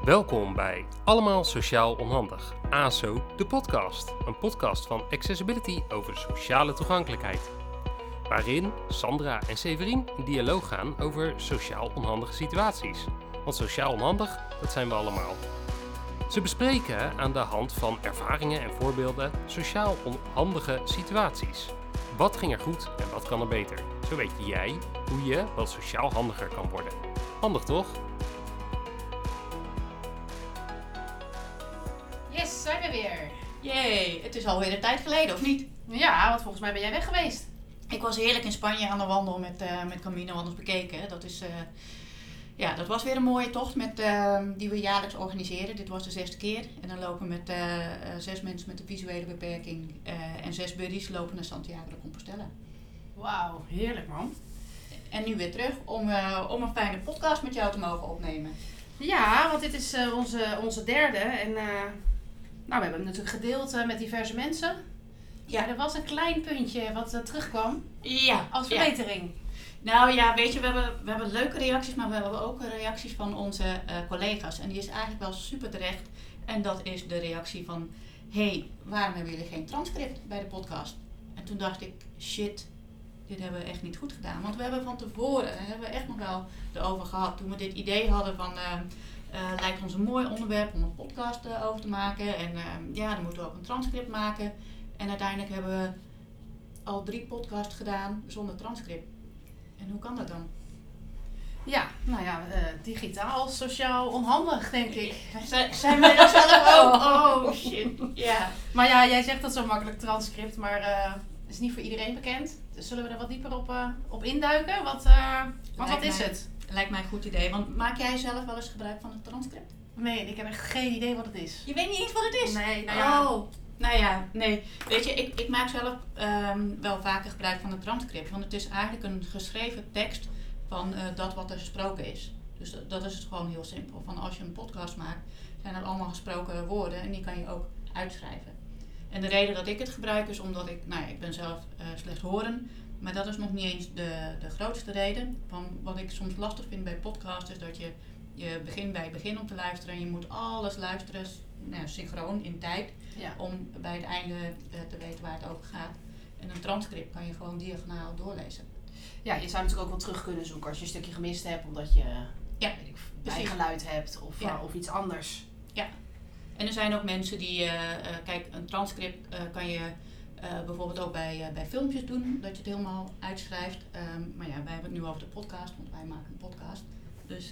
Welkom bij Allemaal Sociaal Onhandig, ASO, de podcast. Een podcast van Accessibility over sociale toegankelijkheid. Waarin Sandra en Severien in dialoog gaan over sociaal onhandige situaties. Want sociaal onhandig, dat zijn we allemaal. Ze bespreken aan de hand van ervaringen en voorbeelden sociaal onhandige situaties. Wat ging er goed en wat kan er beter? Zo weet jij hoe je wat sociaal handiger kan worden. Handig toch? Yes, zijn we weer. Jee, het is alweer een tijd geleden, of niet? Ja, want volgens mij ben jij weg geweest. Ik was heerlijk in Spanje aan de wandel met Camino, anders bekeken. Dat was weer een mooie tocht die we jaarlijks organiseren. Dit was de 6e keer. En dan lopen we met 6 mensen met een visuele beperking en 6 buddies lopen naar Santiago de Compostela. Wauw, heerlijk man. En nu weer terug om een fijne podcast met jou te mogen opnemen. Ja, want dit is onze derde. En we hebben hem natuurlijk gedeeld met diverse mensen. Ja, er was een klein puntje wat terugkwam Ja, als verbetering. Nou ja, weet je, we hebben leuke reacties, maar we hebben ook reacties van onze collega's. En die is eigenlijk wel super terecht. En dat is de reactie van, waarom hebben jullie geen transcript bij de podcast? En toen dacht ik, shit, dit hebben we echt niet goed gedaan. Want we hebben van tevoren, echt nog wel erover gehad, toen we dit idee hadden van, lijkt ons een mooi onderwerp om een podcast over te maken. En dan moeten we ook een transcript maken. En uiteindelijk hebben we al 3 podcasts gedaan zonder transcript. En hoe kan dat dan? Ja, digitaal, sociaal onhandig denk ik. Zijn wij dat zelf ook? Oh shit, ja. Maar ja, jij zegt dat zo makkelijk transcript, maar het is niet voor iedereen bekend. Dus zullen we er wat dieper op induiken? Wat is het? Lijkt mij een goed idee, want maak jij zelf wel eens gebruik van het transcript? Nee, ik heb echt geen idee wat het is. Je weet niet eens wat het is? Nee, nee. Weet je, ik maak zelf wel vaker gebruik van het transcript. Want het is eigenlijk een geschreven tekst van dat wat er gesproken is. Dus dat is het gewoon heel simpel. Van als je een podcast maakt, zijn er allemaal gesproken woorden en die kan je ook uitschrijven. En de reden dat ik het gebruik is omdat ik ben zelf slechthorend. Maar dat is nog niet eens de grootste reden. Van wat ik soms lastig vind bij podcasts is dat je begint bij het begin om te luisteren. En je moet alles luisteren synchroon in tijd. Ja. Om bij het einde te weten waar het over gaat. En een transcript kan je gewoon diagonaal doorlezen. Ja, je zou natuurlijk ook wel terug kunnen zoeken als je een stukje gemist hebt. Omdat je bijgeluid hebt of iets anders. Ja. En er zijn ook mensen die... een transcript kan je bijvoorbeeld ook bij filmpjes doen. Dat je het helemaal uitschrijft. Maar ja, wij hebben het nu over de podcast. Want wij maken een podcast. Dus...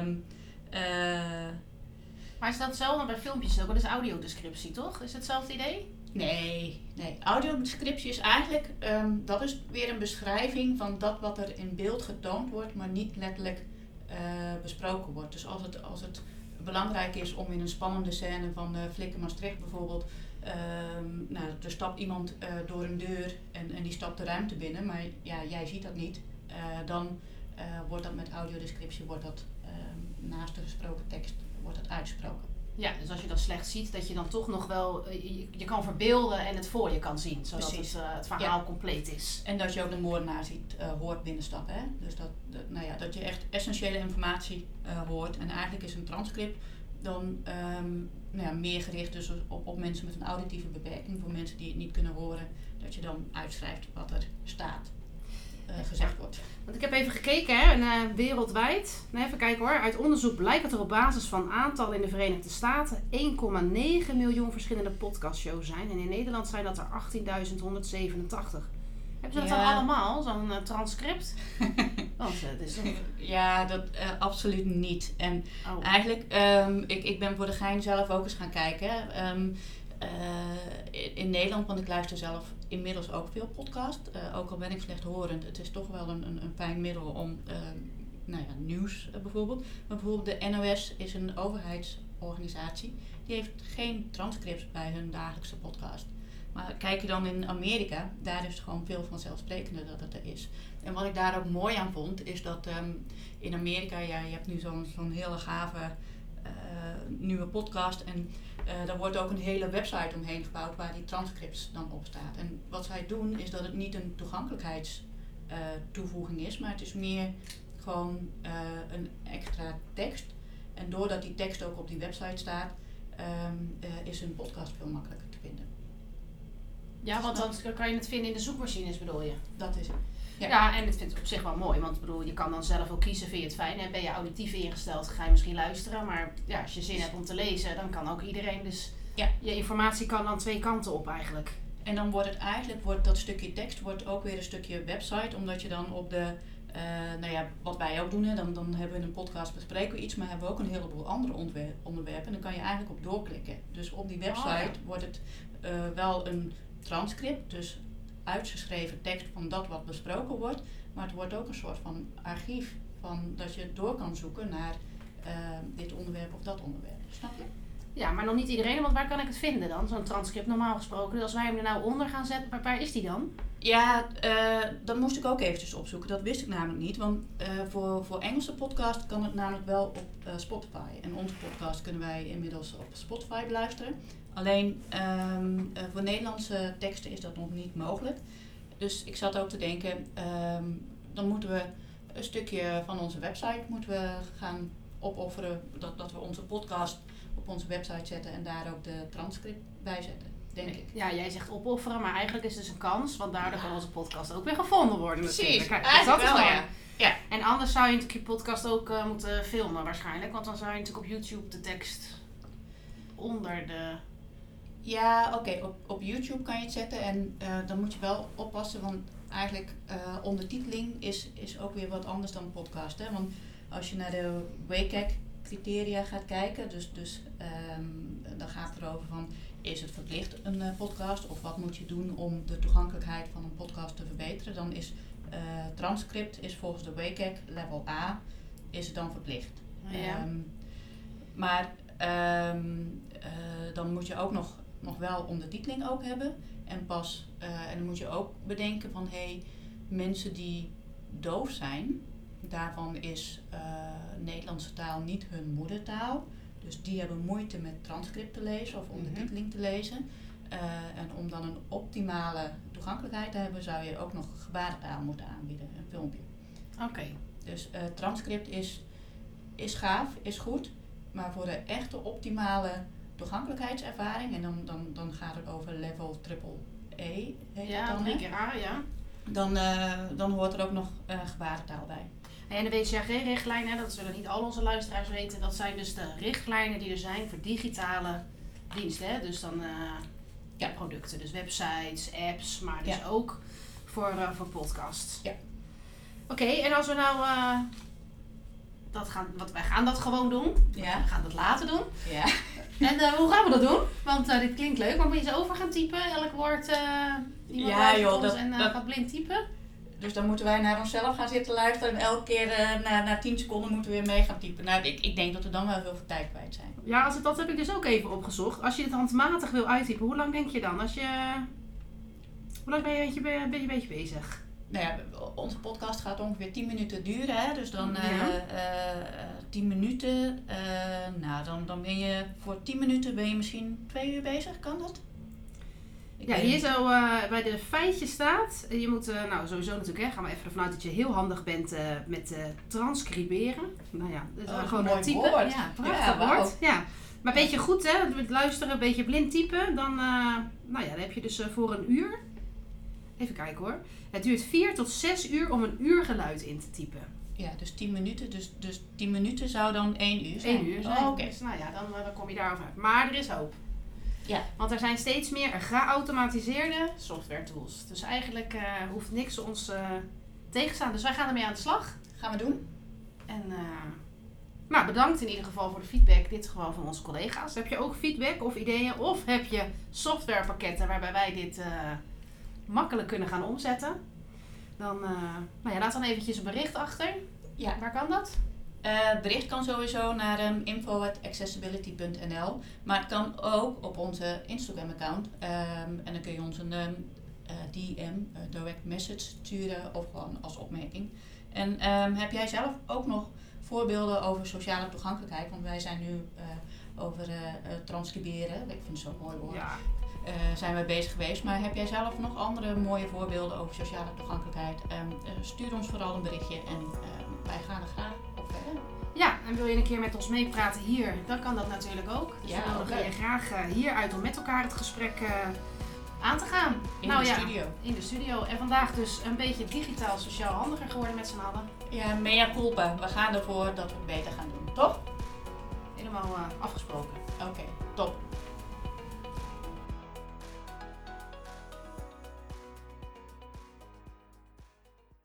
Maar is dat hetzelfde bij filmpjes ook? Dat is audiodescriptie, toch? Is het hetzelfde idee? Nee. Audiodescriptie is eigenlijk, dat is weer een beschrijving van dat wat er in beeld getoond wordt, maar niet letterlijk besproken wordt. Dus als het belangrijk is om in een spannende scène van Flikker Maastricht bijvoorbeeld, er stapt iemand door een deur en die stapt de ruimte binnen, maar ja, jij ziet dat niet, dan wordt dat met audiodescriptie, naast de gesproken tekst, wordt dat uitgesproken. Ja, dus als je dat slecht ziet, dat je dan toch nog wel, je kan verbeelden en het voor je kan zien, zodat het verhaal compleet is. En dat je ook de moordenaar hoort binnenstappen. Hè? Dus dat je echt essentiële informatie hoort. En eigenlijk is een transcript dan meer gericht dus op mensen met een auditieve beperking. Voor mensen die het niet kunnen horen, dat je dan uitschrijft wat er staat. Gezegd wordt. Want ik heb even gekeken, wereldwijd. Even kijken hoor. Uit onderzoek blijkt dat er op basis van aantallen in de Verenigde Staten 1,9 miljoen verschillende podcastshows zijn. En in Nederland zijn dat er 18.187. Hebben ze dat dan allemaal, zo'n transcript? Want het is dat absoluut niet. En eigenlijk, ik ben voor de gein zelf ook eens gaan kijken. In Nederland, want ik luister zelf inmiddels ook veel podcast. Ook al ben ik slechthorend, het is toch wel een fijn middel om nieuws bijvoorbeeld. Maar bijvoorbeeld de NOS is een overheidsorganisatie. Die heeft geen transcripts bij hun dagelijkse podcast. Maar kijk je dan in Amerika, daar is het gewoon veel vanzelfsprekender dat het er is. En wat ik daar ook mooi aan vond, is dat in Amerika, je hebt nu zo'n hele gave nieuwe podcast. En daar wordt ook een hele website omheen gebouwd waar die transcripts dan op staat. En wat zij doen is dat het niet een toegankelijkheidstoevoeging is, maar het is meer gewoon een extra tekst En doordat die tekst ook op die website staat, is een podcast veel makkelijker te vinden. Ja, want dan kan je het vinden in de zoekmachines, bedoel je? Dat is het. Ja, en dat vind ik op zich wel mooi, want bedoel, je kan dan zelf ook kiezen, vind je het fijn. En ben je auditief ingesteld, ga je misschien luisteren. Maar ja, als je zin hebt om te lezen, dan kan ook iedereen. Dus je informatie kan dan 2 kanten op eigenlijk. En dan wordt dat stukje tekst ook weer een stukje website, omdat je dan op de, wat wij ook doen, hè, dan hebben we in een podcast bespreken we iets, maar hebben we ook een heleboel andere onderwerpen. En dan kan je eigenlijk op doorklikken. Dus op die website wordt het wel een transcript, dus uitgeschreven tekst van dat wat besproken wordt, maar het wordt ook een soort van archief van dat je door kan zoeken naar dit onderwerp of dat onderwerp. Snap je? Ja, maar nog niet iedereen, want waar kan ik het vinden dan? Zo'n transcript normaal gesproken. Dus als wij hem er nou onder gaan zetten, waar is die dan? Ja, dat moest ik ook eventjes opzoeken. Dat wist ik namelijk niet, want voor Engelse podcast kan het namelijk wel op Spotify. En onze podcast kunnen wij inmiddels op Spotify beluisteren. Alleen voor Nederlandse teksten is dat nog niet mogelijk. Dus ik zat ook te denken, dan moeten we een stukje van onze website gaan opofferen. Dat we onze podcast op onze website zetten en daar ook de transcript bij zetten, denk ik. Ja, jij zegt opofferen, maar eigenlijk is het dus een kans, want daardoor kan onze podcast ook weer gevonden worden. Precies, Kijk, dat is wel, ja. En anders zou je natuurlijk je podcast ook moeten filmen waarschijnlijk, want dan zou je natuurlijk op YouTube de tekst onder de... Ja, oké. Op YouTube kan je het zetten en dan moet je wel oppassen, want eigenlijk ondertiteling is ook weer wat anders dan podcast. Hè? Want als je naar de WCAG-criteria gaat kijken, dus dan gaat het erover van, is het verplicht een podcast of wat moet je doen om de toegankelijkheid van een podcast te verbeteren, dan is transcript is volgens de WCAG level A is het dan verplicht. Ja. Maar dan moet je ook nog wel ondertiteling ook hebben. En dan moet je ook bedenken van mensen die doof zijn, daarvan is Nederlandse taal niet hun moedertaal. Dus die hebben moeite met transcript te lezen of ondertiteling te lezen. En om dan een optimale toegankelijkheid te hebben, zou je ook nog gebarentaal moeten aanbieden, een filmpje. Oké. Dus transcript is gaaf, is goed, maar voor de echte optimale toegankelijkheidservaring, en dan gaat het over level AAA, ja, 3 keer A, ja. Dan hoort er ook nog gebarentaal bij. En de WCAG-richtlijnen, dat zullen niet al onze luisteraars weten, dat zijn dus de richtlijnen die er zijn voor digitale diensten. Hè? Dus dan producten, dus websites, apps, maar dus ook voor podcasts. Ja. Oké, en als we nou wij gaan dat gewoon doen. Ja. We gaan dat laten doen. Ja. En hoe gaan we dat doen? Want dit klinkt leuk, maar moet je eens over gaan typen? Elk woord iemand gaat blind typen? Dus dan moeten wij naar onszelf gaan zitten luisteren en elke keer na 10 seconden moeten we weer mee gaan typen. Nou, ik denk dat we dan wel heel veel tijd kwijt zijn. Ja, dat heb ik dus ook even opgezocht. Als je het handmatig wil uittypen, hoe lang denk je dan? Hoe lang ben je een beetje bezig? Nou ja, onze podcast gaat ongeveer 10 minuten duren, hè? Dus dan 10 minuten. Dan ben je voor 10 minuten ben je misschien 2 uur bezig, kan dat? Hier zo bij de feitjes staat, je moet sowieso natuurlijk, gaan we even ervan uit dat je heel handig bent met transcriberen. Nou ja, dus gewoon mooi typen. Woord. Ja, prachtig woord. Ja. Maar een beetje goed, hè, met luisteren, een beetje blind typen, dan heb je dus voor een uur. Even kijken hoor. Het duurt 4 tot 6 uur om een uur geluid in te typen. Ja, dus 10 minuten. Dus 10 minuten zou dan 1 uur zijn. 1 uur zijn. Oh, oké. Dus dan kom je daarover uit. Maar er is hoop. Ja. Want er zijn steeds meer geautomatiseerde software tools. Dus eigenlijk hoeft niks ons tegen te staan. Dus wij gaan ermee aan de slag. Gaan we doen. En bedankt in ieder geval voor de feedback. Dit gewoon van onze collega's. Heb je ook feedback of ideeën? Of heb je softwarepakketten waarbij wij dit makkelijk kunnen gaan omzetten? Dan laat dan eventjes een bericht achter. Ja. Waar kan dat? Het bericht kan sowieso naar info@accessibility.nl, maar het kan ook op onze Instagram-account. En dan kun je ons een DM, direct message sturen of gewoon als opmerking. En heb jij zelf ook nog voorbeelden over sociale toegankelijkheid? Want wij zijn nu over transcriberen, ik vind het zo'n mooi woord, zijn we bezig geweest. Maar heb jij zelf nog andere mooie voorbeelden over sociale toegankelijkheid? Stuur ons vooral een berichtje en wij gaan er graag op verder. Ja, en wil je een keer met ons meepraten hier, dan kan dat natuurlijk ook. Dus Ja, we nodigen oké. je graag hier uit om met elkaar het gesprek aan te gaan. In de studio. In de studio. En vandaag dus een beetje digitaal sociaal handiger geworden met z'n allen. Ja, mea culpa. We gaan ervoor dat we het beter gaan doen, toch? Helemaal afgesproken. Oké, top.